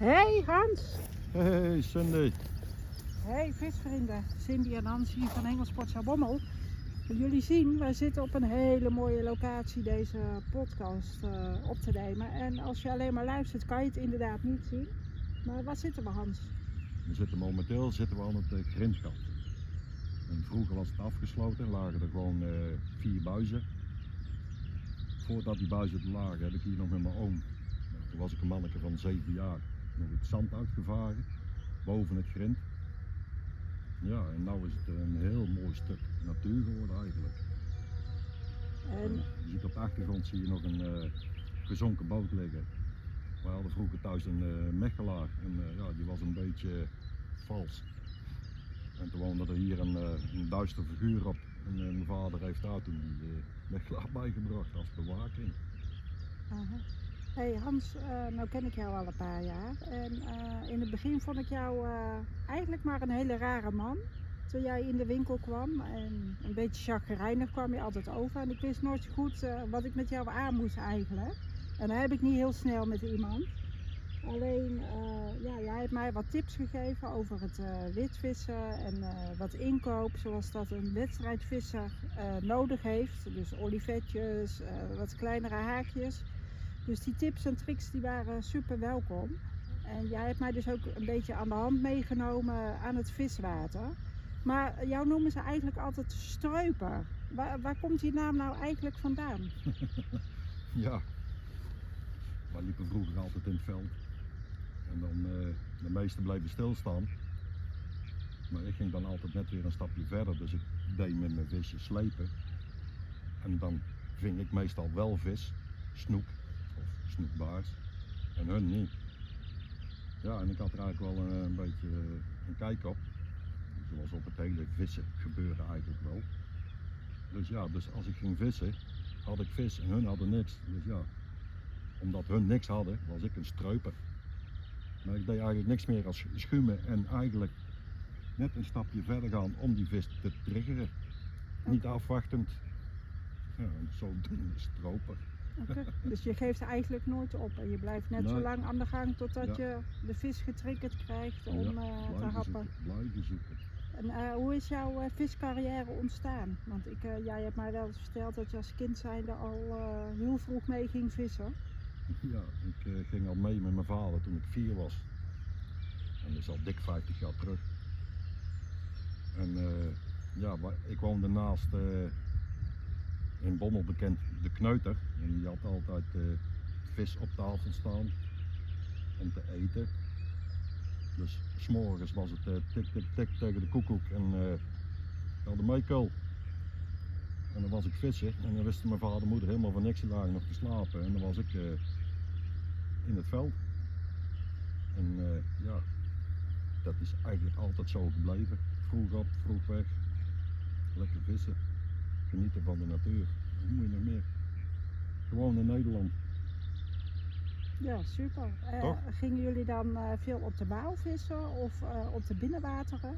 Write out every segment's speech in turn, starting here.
Hey Hans! Hey Cindy. Hey visvrienden, Cindy en Hans hier van Hengelsport Zaltbommel. Jullie zien, wij zitten op een hele mooie locatie deze podcast op te nemen. En als je alleen maar luistert kan je het inderdaad niet zien. Maar waar zitten we, Hans? Momenteel zitten we aan het grindgat. En vroeger was het afgesloten, lagen er gewoon 4 buizen. Voordat die buizen er lagen heb ik hier nog met mijn oom, toen was ik een manneke van 7 jaar, nog het zand uitgevaren, boven het grind. Ja, en nu is het een heel mooi stuk natuur geworden eigenlijk. En je ziet op de achtergrond zie je nog een gezonken boot liggen. We hadden vroeger thuis een mechelaar en ja, die was een beetje vals. En toen woonde er hier een duister figuur op. En mijn vader heeft daar toen die mechelaar bijgebracht als bewaking. Hey Hans, nou ken ik jou al een paar jaar. En in het begin vond ik jou eigenlijk maar een hele rare man. Toen jij in de winkel kwam en een beetje chagrijnig kwam je altijd over. En ik wist nooit zo goed wat ik met jou aan moest eigenlijk. En dat heb ik niet heel snel met iemand. Alleen, ja, jij hebt mij wat tips gegeven over het witvissen en wat inkoop, zoals dat een wedstrijdvisser nodig heeft. Dus olivetjes, wat kleinere haakjes. Dus die tips en tricks die waren super welkom. En jij hebt mij dus ook een beetje aan de hand meegenomen aan het viswater. Maar jou noemen ze eigenlijk altijd struiper. Waar komt die naam nou eigenlijk vandaan? Ja, wij liepen vroeger altijd in het veld. En dan de meesten bleven stilstaan. Maar ik ging dan altijd net weer een stapje verder. Dus ik deed met mijn visje slepen. En dan ving ik meestal wel vis, snoek of snoekbaars. En hun niet. Ja, en ik had er eigenlijk wel een beetje een kijk op. Zoals op het hele vissen gebeurde eigenlijk wel. Dus ja, dus als ik ging vissen, had ik vis en hun hadden niks. Dus ja, omdat hun niks hadden, was ik een struiper. Maar ik deed eigenlijk niks meer als schuimen en eigenlijk net een stapje verder gaan om die vis te triggeren. Niet afwachtend. Ja, zodoende stroper. Okay. Dus je geeft eigenlijk nooit op en je blijft net zo lang aan de gang totdat je de vis getriggerd krijgt om te happen. Blijven zoeken. En hoe is jouw viscarrière ontstaan? Want jij hebt mij wel eens verteld dat je als kind zijnde al heel vroeg mee ging vissen. Ja, ik ging al mee met mijn vader toen ik 4 was. En dat is al dik 50 jaar terug. En ja, ik woonde naast in Bommel bekend de Kneuter. En die had altijd vis op tafel staan om te eten. Dus 's morgens was het tik tik tik tegen de koekoek en we hadden meekool. En dan was ik vissen en dan wisten mijn vader en moeder helemaal van niks, die lagen nog te slapen. En dan was ik in het veld. En ja, dat is eigenlijk altijd zo gebleven. Vroeg op, vroeg weg, lekker vissen, genieten van de natuur. Wat moet je nog meer? Gewoon in Nederland. Ja, super. Gingen jullie dan veel op de bouw vissen of op de binnenwateren?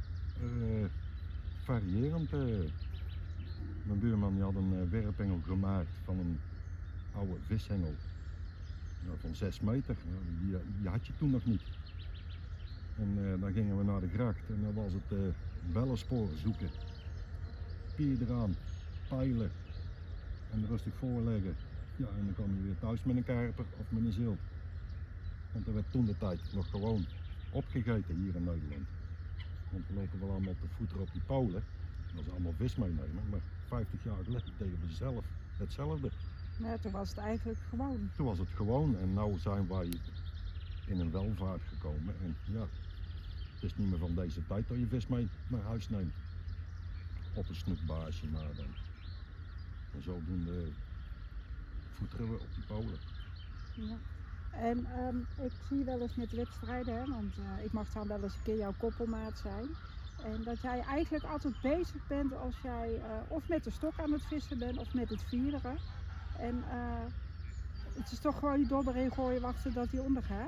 Variërend. Mijn buurman die had een werphengel gemaakt van een oude vishengel. Van 6 meter. Die had je toen nog niet. En dan gingen we naar de gracht en dan was het bellensporen zoeken. Pier eraan, pijlen en rustig voorleggen. Ja, en dan kwam je weer thuis met een karper of met een zilt. Want er werd toen de tijd nog gewoon opgegeten hier in Nederland. Want we lopen wel allemaal te voeteren op die polen. Dat is allemaal vis meenemen, maar 50 jaar geleden deden we zelf hetzelfde. Ja, toen was het eigenlijk gewoon. Toen was het gewoon en nu zijn wij in een welvaart gekomen. En ja, het is niet meer van deze tijd dat je vis mee naar huis neemt. Op een snoekbaasje maar dan. En zodoende voeteren we op die polen. Ja. En ik zie wel eens met wedstrijden, hè, want ik mag dan wel eens een keer jouw koppelmaat zijn. En dat jij eigenlijk altijd bezig bent als jij of met de stok aan het vissen bent of met het vieren. En het is toch gewoon die dobber in gooien wachten dat hij ondergaat?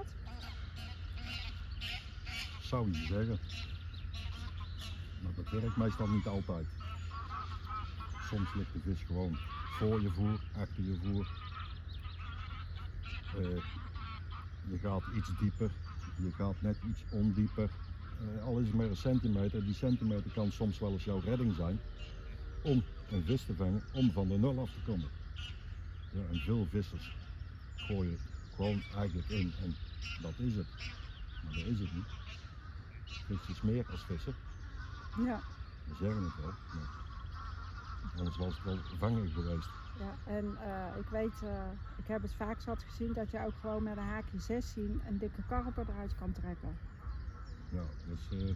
Zou je zeggen. Maar dat werkt meestal niet altijd. Soms ligt de vis gewoon voor je voer, achter je voer. je gaat iets dieper, je gaat net iets ondieper. Al is het maar een centimeter, die centimeter kan soms wel eens jouw redding zijn om een vis te vangen, om van de nul af te komen. Ja, en veel vissers gooien gewoon eigenlijk in en dat is het. Maar dat is het niet. Vis is meer als vissen. Ja. We zeggen het wel, maar anders was het wel vangen geweest. Ja, en ik weet, ik heb het vaak zat gezien dat je ook gewoon met een haakje 16 een dikke karper eruit kan trekken. Ja, dus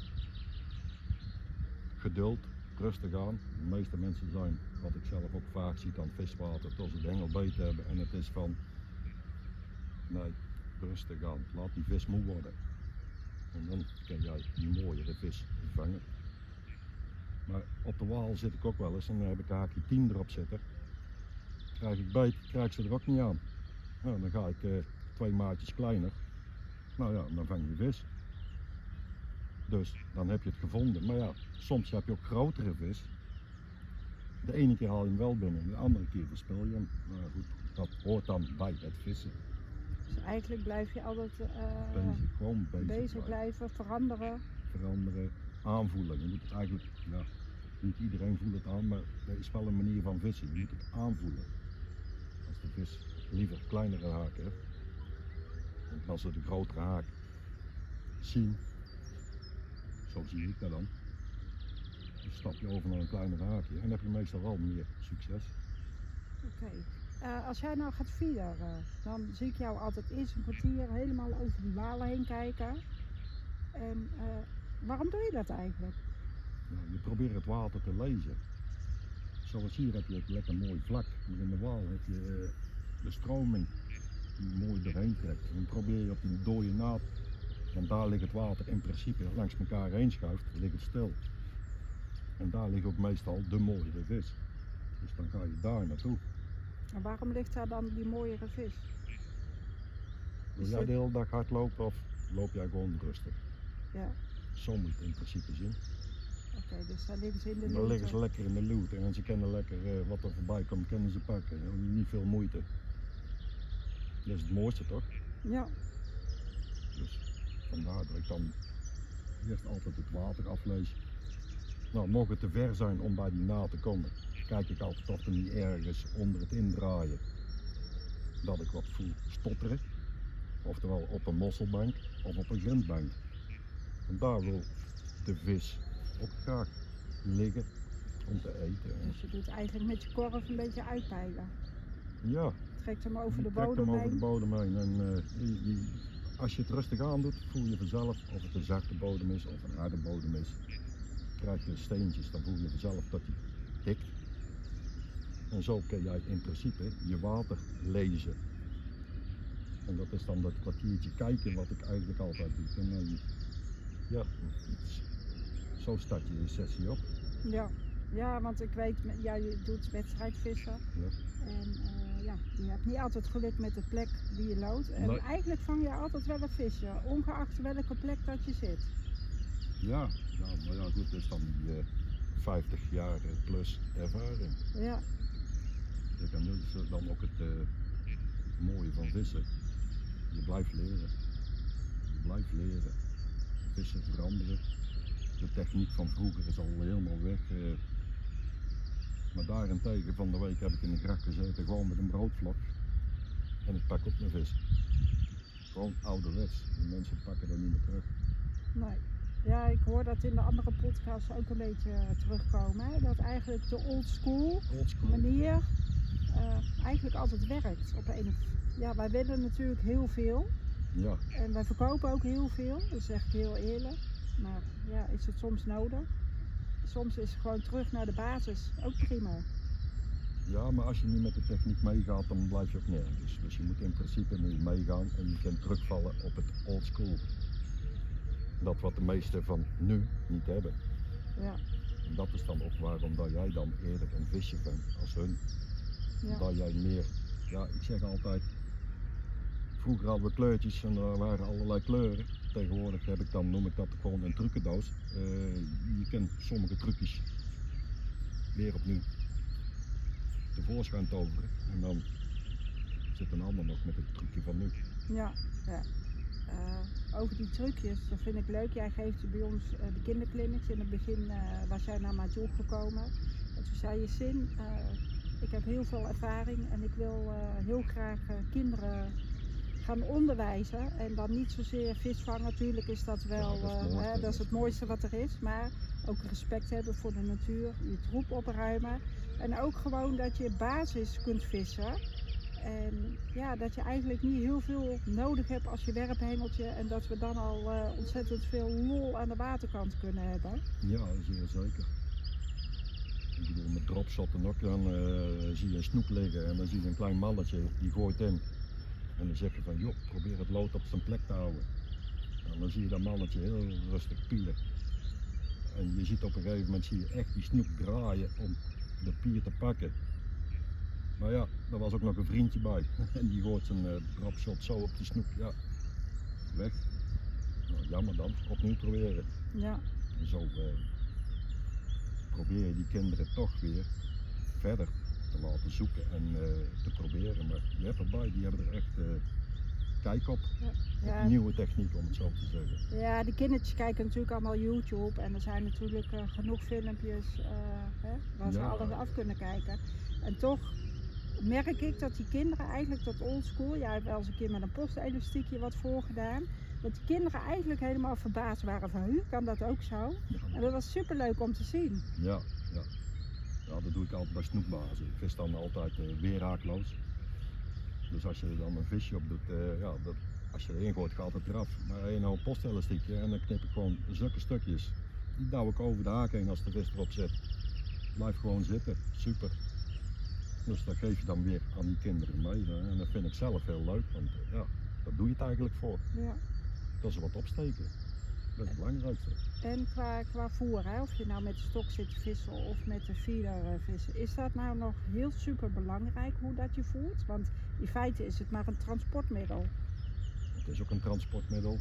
geduld, rustig aan. De meeste mensen zijn, wat ik zelf ook vaak zie aan het viswater, tot ze de hengel beet hebben en het is van, nee, rustig aan, laat die vis moe worden. En dan kan jij die mooiere vis vangen. Maar op de Waal zit ik ook wel eens en dan heb ik een haakje 10 erop zitten. Krijg ik beet, krijg ik ze er ook niet aan. Nou, dan ga ik 2 maatjes kleiner. Nou ja, dan vang je vis. Dus dan heb je het gevonden. Maar ja, soms heb je ook grotere vis. De ene keer haal je hem wel binnen, de andere keer verspil je hem. Nou ja, goed, dat hoort dan bij het vissen. Dus eigenlijk blijf je altijd Gewoon bezig blijven, veranderen. Veranderen, aanvoelen. Je moet het eigenlijk, ja, niet iedereen voelt het aan, maar er is wel een manier van vissen. Je moet het aanvoelen. Als de vis liever kleinere haak heeft, en als ze de grotere haak zien, zo zie ik dat dan stap je over naar een kleinere haakje en dan heb je meestal wel meer succes. Oké. Als jij nou gaat feederen, dan zie ik jou altijd eerst een kwartier helemaal over die walen heen kijken. En waarom doe je dat eigenlijk? Nou, je probeert het water te lezen. Zoals hier heb je het lekker mooi vlak, maar in de Waal heb je de stroming die mooi doorheen trekt. En dan probeer je op die dode naad, want daar ligt het water in principe langs elkaar heen schuift, ligt het stil. En daar ligt ook meestal de mooiere vis. Dus dan ga je daar naartoe. En waarom ligt daar dan die mooiere vis? Wil jij de hele dag hard lopen of loop jij gewoon rustig? Ja. Zo moet je het in principe zien. Oké, dus daar liggen ze in de Dan luwte. liggen ze lekker in de luwte en ze kennen lekker wat er voorbij komt, kunnen ze pakken. Niet veel moeite. Dat is het mooiste toch? Ja. Dus vandaar dat ik dan eerst altijd het water aflees. Nou, mocht het te ver zijn om bij die naad te komen, kijk ik altijd of er niet ergens onder het indraaien dat ik wat voel stotteren. Oftewel op een mosselbank of op een grindbank. En daar wil de vis ook graag liggen om te eten. Dus je doet eigenlijk met je korf een beetje uitpeilen. Ja, Trekt hem over je de trekt bodem hem over de heen. bodem heen. En als je het rustig aan doet, voel je vanzelf of het een zachte bodem is of een harde bodem is. Krijg je steentjes, dan voel je vanzelf dat hij tikt. En zo kun jij in principe je water lezen. En dat is dan dat kwartiertje kijken wat ik eigenlijk altijd doe. En dan, ja, zo start je sessie op. Ja. Ja, want ik weet, ja, je doet wedstrijdvissen. Ja. En ja, je hebt niet altijd geluk met de plek die je loopt. En Nee. eigenlijk vang je altijd wel een visje, ongeacht welke plek dat je zit. Ja, maar ja goed, dat is dan die 50 jaar plus ervaring. Ja. Kijk, en dat is dan ook het mooie van vissen. Je blijft leren. Je blijft leren. Vissen veranderen. De techniek van vroeger is al helemaal weg. Maar daarentegen van de week heb ik in de gracht gezeten, gewoon met een broodvlok. En ik pak op mijn vis. Gewoon ouderwets. De mensen pakken dat niet meer terug. Nee. Ja, ik hoor dat in de andere podcasts ook een beetje terugkomen. Hè? Dat eigenlijk de old school manier eigenlijk altijd werkt. Op een, ja, wij willen natuurlijk heel veel. Ja. En wij verkopen ook heel veel, dat zeg ik heel eerlijk. Maar ja, is het soms nodig? Soms is gewoon terug naar de basis ook prima. Ja, maar als je niet met de techniek meegaat, dan blijf je ook nergens. Dus je moet in principe meegaan en je kunt terugvallen op het old school. Dat wat de meesten van nu niet hebben. Ja. En dat is dan ook waarom dat jij dan eerder een visje vangt als hun. Ja. Dat jij meer, ja ik zeg altijd, vroeger hadden we kleurtjes en er waren allerlei kleuren. Tegenwoordig heb ik dan, noem ik dat gewoon een trucendoos. Je kunt sommige trucjes weer opnieuw tevoorschijn toveren. En dan zit een ander nog met het trucje van nu. Ja, ja. over die trucjes, dat vind ik leuk. Jij geeft bij ons de kinderclinics. In het begin was jij naar mij toe gekomen. En toen zei je, Sin, ik heb heel veel ervaring en ik wil heel graag kinderen gaan onderwijzen. En dan niet zozeer visvangen, natuurlijk is dat wel, dat is het mooiste wat er is. Maar ook respect hebben voor de natuur, je troep opruimen. En ook gewoon dat je basis kunt vissen. En ja, dat je eigenlijk niet heel veel nodig hebt als je werphengeltje. En dat we dan al ontzettend veel lol aan de waterkant kunnen hebben. Ja, zeer zeker. Ik bedoel, met dropshotten ook, dan zie je een snoek liggen en dan zie je een klein mannetje, die gooit in. En dan zeg je van, joh, probeer het lood op zijn plek te houden. En dan zie je dat mannetje heel rustig pielen. En je ziet op een gegeven moment zie je echt die snoek draaien om de pier te pakken. Maar ja, er was ook nog een vriendje bij. En die gooit zijn dropshot zo op die snoek. Ja, weg. Nou, jammer dan, opnieuw proberen. Ja. En zo probeer je die kinderen toch weer verder te laten zoeken en te proberen. Maar je hebt erbij, die hebben er echt kijk op. Ja. Nieuwe techniek, om het zo te zeggen. Ja, de kindertjes kijken natuurlijk allemaal YouTube en er zijn natuurlijk genoeg filmpjes waar ze alles af kunnen kijken. En toch merk ik dat die kinderen eigenlijk dat oldschool, jij hebt wel eens een keer met een postelastiekje wat voorgedaan, dat die kinderen eigenlijk helemaal verbaasd waren van, u kan dat ook zo? Ja. En dat was super leuk om te zien. Ja, ja. Ja, dat doe ik altijd bij snoekbazen. Ik vis dan altijd weer raakloos. Dus als je er dan een visje op doet, als je erin gooit gaat het eraf. Maar je nou een postelastiekje en dan knip ik gewoon zulke stukjes. Die douw ik over de haak heen als de vis erop zit. Blijf gewoon zitten, super. Dus dat geef je dan weer aan die kinderen mee. En dat vind ik zelf heel leuk, want ja, daar doe je het eigenlijk voor. Ja. Dat is wat opsteken. Dat is het belangrijkste. En qua voer, hè? Of je nou met de stok zit te vissen of met de feeder vissen, is dat nou nog heel super belangrijk hoe dat je voert? Want in feite is het maar een transportmiddel. Het is ook een transportmiddel.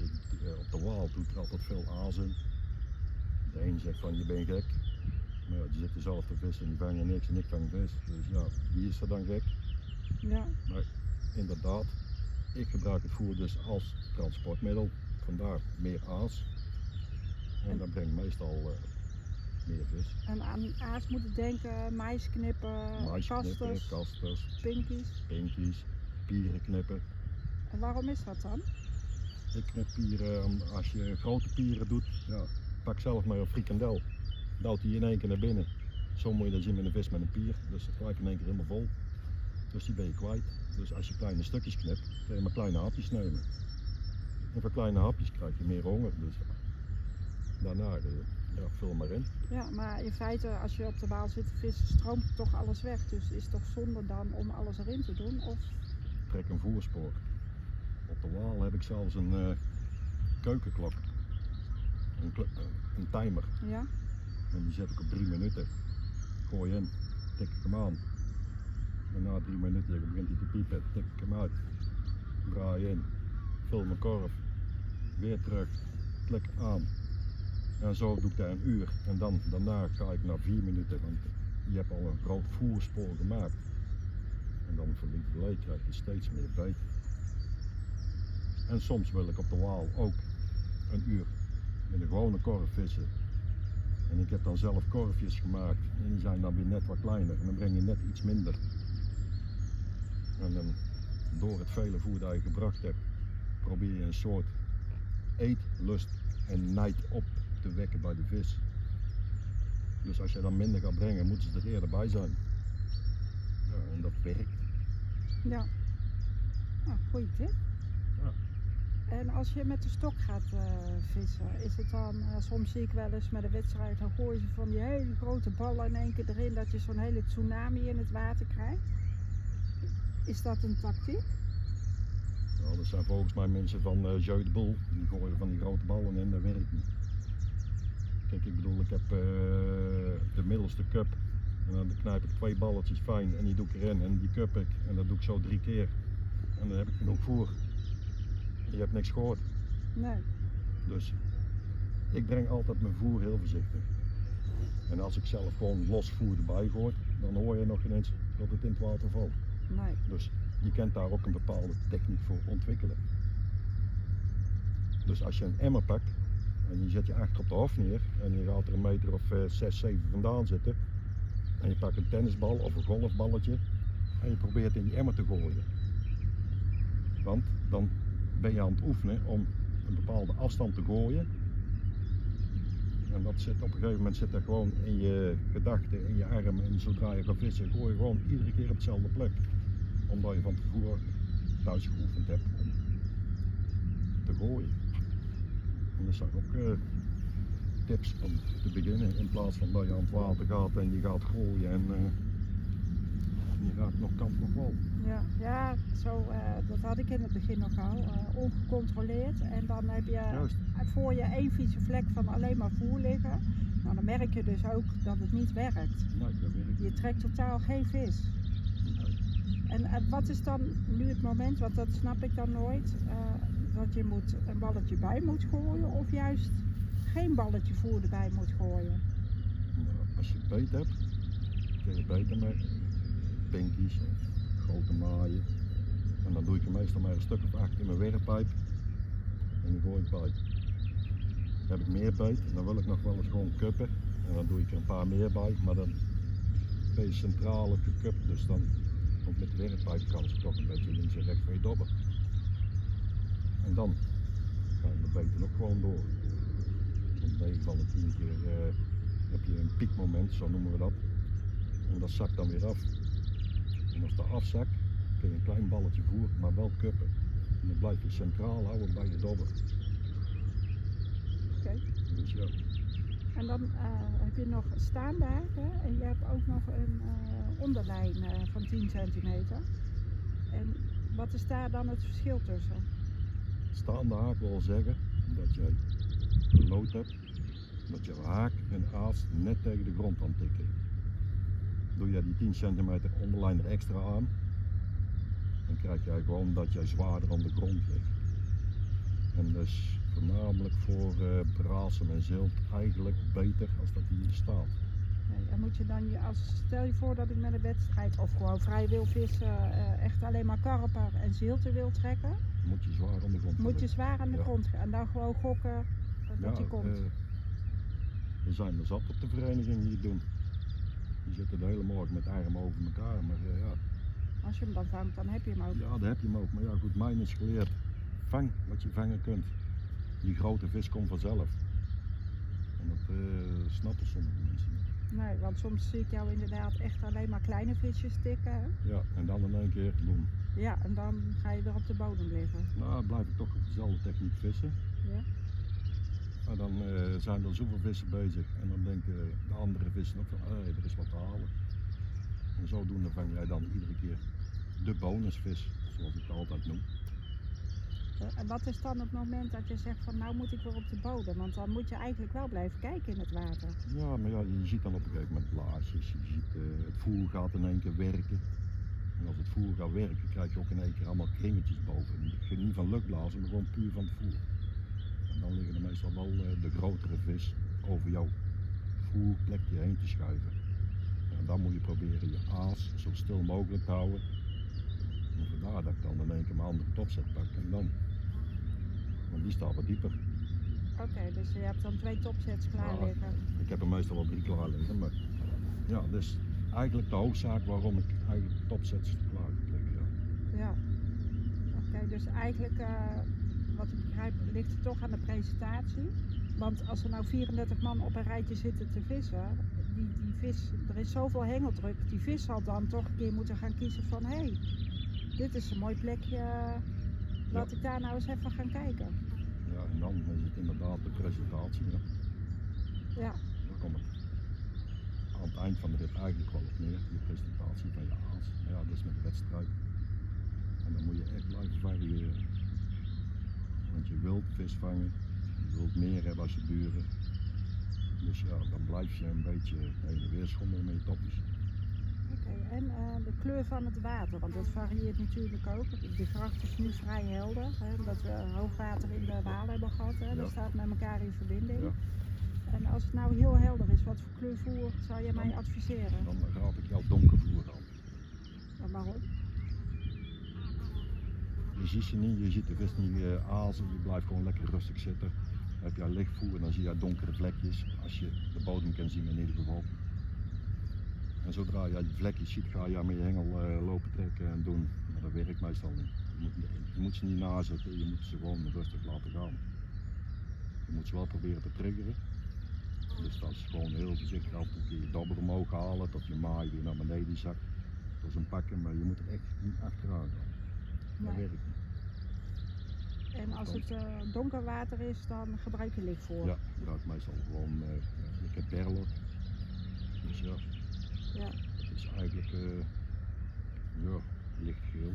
Op de Waal doet er altijd veel azen. De een zegt van je bent gek. Maar ja, die zitten zelf te vissen en die vangen niks en ik vang vis. Dus ja, wie is er dan gek? Ja. Maar inderdaad, ik gebruik het voer dus als transportmiddel. Vandaar meer aas. En dat brengt meestal meer vis. En aan aas moet ik denken, maisknippen, kasters, pinkies, pieren knippen. En waarom is dat dan? Ik knip pieren, als je grote pieren doet, ja, pak zelf maar een frikandel. Duwt die in één keer naar binnen. Zo moet je dat zien met een vis met een pier. Dus het gelijk in één keer helemaal vol. Dus die ben je kwijt. Dus als je kleine stukjes knipt, kun je maar kleine hapjes nemen. En voor kleine hapjes krijg je meer honger. Dus daarna vul maar in. Ja, maar in feite als je op de Waal zit te vissen, stroomt toch alles weg. Dus is het toch zonde dan om alles erin te doen? Of? Trek een voerspoor. Op de Waal heb ik zelfs een keukenklok. Een timer. Ja. En die zet ik op 3 minuten. Gooi in, tik ik hem aan. En na 3 minuten begint hij te piepen, tik ik hem uit. Draai in, vul mijn korf, weer terug, klik aan. En zo doe ik dat een uur. En dan, daarna ga ik naar 4 minuten, want je hebt al een groot voerspoor gemaakt. En dan voor lieverlee krijg je steeds meer beet. En soms wil ik op de Waal ook een uur met een gewone korf vissen. En ik heb dan zelf korfjes gemaakt en die zijn dan weer net wat kleiner en dan breng je net iets minder. En dan door het vele voer dat je gebracht hebt, probeer je een soort eetlust en nijd op te wekken bij de vis. Dus als je dan minder gaat brengen, moeten ze er eerder bij zijn. Ja, en dat werkt. Ja. Nou, goeie tip. Ja. En als je met de stok gaat vissen, is het dan, soms zie ik wel eens met een wedstrijd, dan gooien ze van die hele grote ballen in één keer erin, dat je zo'n hele tsunami in het water krijgt. Is dat een tactiek? Nou, dat zijn volgens mij mensen van Jeu de Boel, die gooien van die grote ballen in, dat werkt niet. Kijk, ik bedoel, ik heb de middelste cup en dan knijp ik 2 balletjes fijn en die doe ik erin en die cup ik en dat doe ik zo 3 keer. En dan heb ik genoeg voer. Je hebt niks gehoord. Nee. Dus ik breng altijd mijn voer heel voorzichtig. En als ik zelf gewoon los voer erbij gooi, dan hoor je nog ineens dat het in het water valt. Nee. Dus je kunt daar ook een bepaalde techniek voor ontwikkelen. Dus als je een emmer pakt en je zet je achter op de hof neer en je gaat er een meter of 6, 7 vandaan zitten en je pakt een tennisbal of een golfballetje en je probeert in die emmer te gooien. Want dan ben je aan het oefenen om een bepaalde afstand te gooien. En dat zit op een gegeven moment zit dat gewoon in je gedachten, in je arm en zodra je gaat vissen gooi je gewoon iedere keer op dezelfde plek. Omdat je van tevoren thuis geoefend hebt om te gooien. En dat zijn ook tips om te beginnen in plaats van dat je aan het water gaat en je gaat gooien en je raakt nog kant nog wel. Ja, ja zo, dat had ik in het begin nog al, ongecontroleerd. En dan heb je Juist. voor je één vieze vlek van alleen maar voer liggen. Nou, dan merk je dus ook dat het niet werkt. Nee, dat werkt. Je trekt totaal geen vis. Nee. En wat is dan nu het moment, want dat snap ik dan nooit, dat je een balletje bij moet gooien of juist geen balletje voer erbij moet gooien? Nou, als je beet hebt, kun je beter met pinkies of grote maaien. En dan doe ik er meestal maar een stuk of 8 in mijn werppijp en die gooi ik bij. Heb ik meer beet, dan wil ik nog wel eens gewoon kuppen en dan doe ik er een paar meer bij, maar dan ben je centraal gekupt, dus dan komt met de werppijp kan ze toch een beetje links en rechts van je dobber. En dan ga je de beten ook gewoon door. Om 9 van de 10 keer heb je een piekmoment, zo noemen we dat. En dat zakt dan weer af. En als dat afzakt, kun je een klein balletje voer, maar wel kuppen. En dan blijf je centraal houden bij je dobber. Oké. Dus ja, En dan heb je nog staandagen en je hebt ook nog een onderlijn van 10 centimeter. En wat is daar dan het verschil tussen? staande haak wil zeggen dat je een lood hebt, dat je haak en aas net tegen de grond aan tikken. Doe je die 10 centimeter onderlijn er extra aan, dan krijg je gewoon dat je zwaarder aan de grond ligt. En dus voornamelijk voor brasem en zilt eigenlijk beter als dat hier staat. Nee, en moet je dan, stel je voor dat ik met een wedstrijd of gewoon vrij wil vissen, echt alleen maar karper en zilten wil trekken, Moet je zwaar aan de grond moet je liggen. zwaar aan de Ja. grond gaan en dan gewoon gokken dat die komt. We zijn er zat op de vereniging die het doen. Die zitten de hele morgen met armen over elkaar, maar ja. Als je hem dan vangt, dan heb je hem ook. Ja, daar heb je hem ook. Maar ja, goed, mijn is geleerd. Vang wat je vangen kunt. Die grote vis komt vanzelf. En dat snappen sommige mensen niet. Nee, want soms zie ik jou inderdaad echt alleen maar kleine visjes tikken. Hè? Ja, en dan in één keer, boem. Ja, en dan ga je weer op de bodem liggen. Nou, blijf ik toch op dezelfde techniek vissen. Ja. Maar dan zijn er zoveel vissen bezig. En dan denken de andere vissen ook van, er is wat te halen. En zodoende vang jij dan iedere keer de bonusvis, zoals ik het altijd noem. En wat is dan het moment dat je zegt van nou moet ik weer op de bodem? Want dan moet je eigenlijk wel blijven kijken in het water. Ja, maar ja, je ziet dan op een gegeven moment blaasjes. Je ziet het voer gaat in één keer werken. En als het voer gaat werken, krijg je ook in één keer allemaal kringetjes boven. Niet van luchtblazen, maar gewoon puur van het voer. En dan liggen er meestal wel de grotere vis over jouw voerplekje heen te schuiven. En dan moet je proberen je aas zo stil mogelijk te houden. En vandaar dat ik dan in één keer mijn andere topset pak en dan. Want die staat wat dieper. Oké, dus je hebt dan 2 topsets klaar Ja, liggen. Ik heb er meestal wel 3 klaar liggen, maar ja, dus eigenlijk de hoofdzaak waarom ik eigenlijk topsets klaar heb liggen. Ja. Ja. Oké, dus eigenlijk, wat ik begrijp, ligt het toch aan de presentatie. Want als er nou 34 man op een rijtje zitten te vissen, die vis, er is zoveel hengeldruk, die vis zal dan toch een keer moeten gaan kiezen van hé, dit is een mooi plekje, laat ik daar nou eens even gaan kijken. Ja, en dan is het inderdaad de presentatie. Ja. Ja, Daar komt het aan het eind van de rit eigenlijk wel op neer, je presentatie van je aas. Maar ja, dat is met de wedstrijd. En dan moet je echt blijven variëren. Want je wilt vis vangen, je wilt meer hebben als je buren. Dus ja, dan blijf je een beetje heen en weer schommelen met je topjes. oké. En de kleur van het water, want dat varieert natuurlijk ook. De gracht is nu vrij helder, hè, omdat we hoogwater in de Waal hebben gehad. Hè, dat Ja. staat met elkaar in verbinding. Ja. En als het nou heel helder is, wat voor kleurvoer zou je mij Dan- adviseren? Dan raad ik jou donkervoer aan. En waarom? Je ziet ze niet, je ziet de vis niet azen, je blijft gewoon lekker rustig zitten. Heb je lichtvoer en dan zie je donkere vlekjes, als je de bodem kan zien in ieder geval. En zodra je die vlekjes ziet, ga je met je hengel lopen trekken en doen. Maar dat werkt meestal niet. Je moet ze niet nazetten, je moet ze gewoon rustig laten gaan. Je moet ze wel proberen te triggeren. Dus dat is gewoon heel voorzichtig af en toe je dobber omhoog halen tot je maai weer naar beneden zakt. Dat is een pakken, maar je moet er echt niet achteraan gaan. Dat Nee. werkt niet. En als het donker water is, dan gebruik je lichtvoer. Ja, ik gebruik meestal gewoon, ik heb perlen. Dus ja, Ja. het is eigenlijk ja, lichtgeel.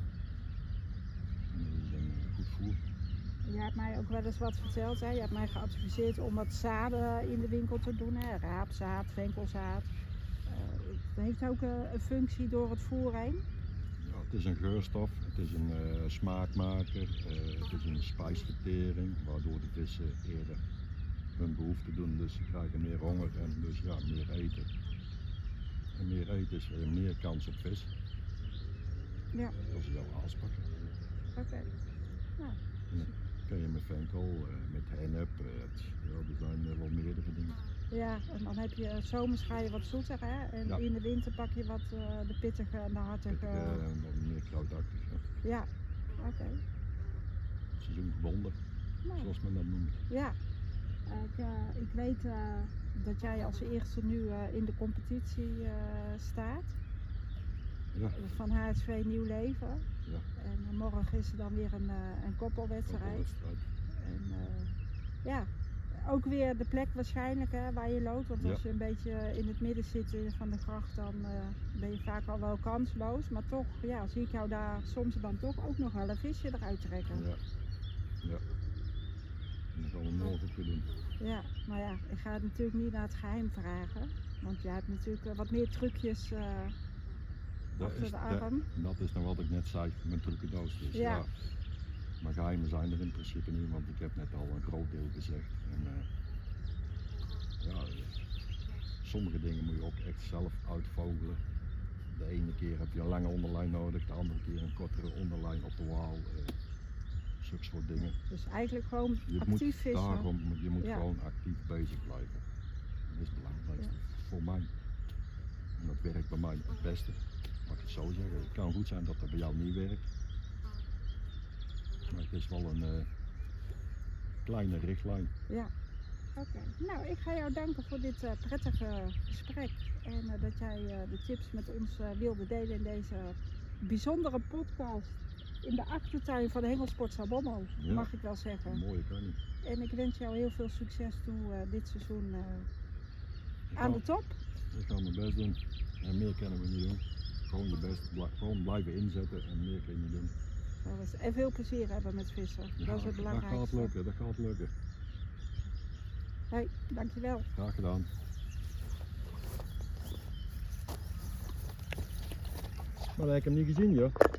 En dat is dan goed voer. Je hebt mij ook wel eens wat verteld. Hè? Je hebt mij geadviseerd om wat zaden in de winkel te doen. Hè? Raapzaad, venkelzaad. Het heeft ook een functie door het voer heen. Ja, het is een geurstof, het is een smaakmaker, het is een spijsvertering, waardoor de vissen eerder hun behoefte doen. Dus ze krijgen meer honger en dus ja, meer eten. En meer eten is weer meer kans op vis. Ja. Als ze jouw aas pakken. Oké. Nou, En dan kan je met venkel, met hennep, ja, er zijn wel meerdere dingen. ja, en dan heb je zomers ga je wat zoeter, hè? En Ja. in de winter pak je wat de pittige en de hartige. En dan meer kruidachtig. Ja. Ja, oké. Seizoengebonden, Nou, zoals men dat noemt. ja. Ik weet dat jij als eerste nu in de competitie staat. Ja, Van HSV Nieuw Leven. ja. En morgen is er dan weer een koppelwedstrijd. Wedstrijd. En ja, ook weer de plek waarschijnlijk hè, waar je loopt. Want als Ja. je een beetje in het midden zit van de gracht, dan ben je vaak al wel kansloos. Maar toch ja, zie ik jou daar soms dan toch ook nog wel een visje eruit trekken. Ja. Ja. En dat gaan we morgen ook weer doen. Ja, maar ja, ik ga het natuurlijk niet naar het geheim vragen. Want jij hebt natuurlijk wat meer trucjes achter de arm. Dat is nou wat ik net zei, mijn trucendoos. Dus Ja. ja. Maar geheimen zijn er in principe niet, want ik heb net al een groot deel gezegd. En ja, sommige dingen moet je ook echt zelf uitvogelen. De ene keer heb je een lange onderlijn nodig, de andere keer een kortere onderlijn op de waal. Zulke soort dingen. Dus eigenlijk gewoon Je actief moet, vissen. daarom, je moet Ja. gewoon actief bezig blijven. Dat is het belangrijkste voor mij. En dat werkt bij mij het beste. Mag ik het zo zeggen. Het kan goed zijn dat dat bij jou niet werkt. Maar het is wel een kleine richtlijn. Ja, oké. Nou, ik ga jou danken voor dit prettige gesprek. En dat jij de tips met ons wilde delen in deze bijzondere podcast. In de achtertuin van de Hengelsport Zaltbommel, Ja. mag ik wel zeggen. Mooie kan niet. En ik wens jou heel veel succes toe dit seizoen Ik aan ga- de top. Ik ga mijn best doen. En meer kunnen we niet doen. Gewoon je best, gewoon blijven inzetten en meer kun je niet doen. En veel plezier hebben met vissen. Ja, Dat is het dat belangrijkste. gaat lukken, dat gaat lukken. Hey, dankjewel. Graag gedaan. Maar dan heb ik hem niet gezien, joh.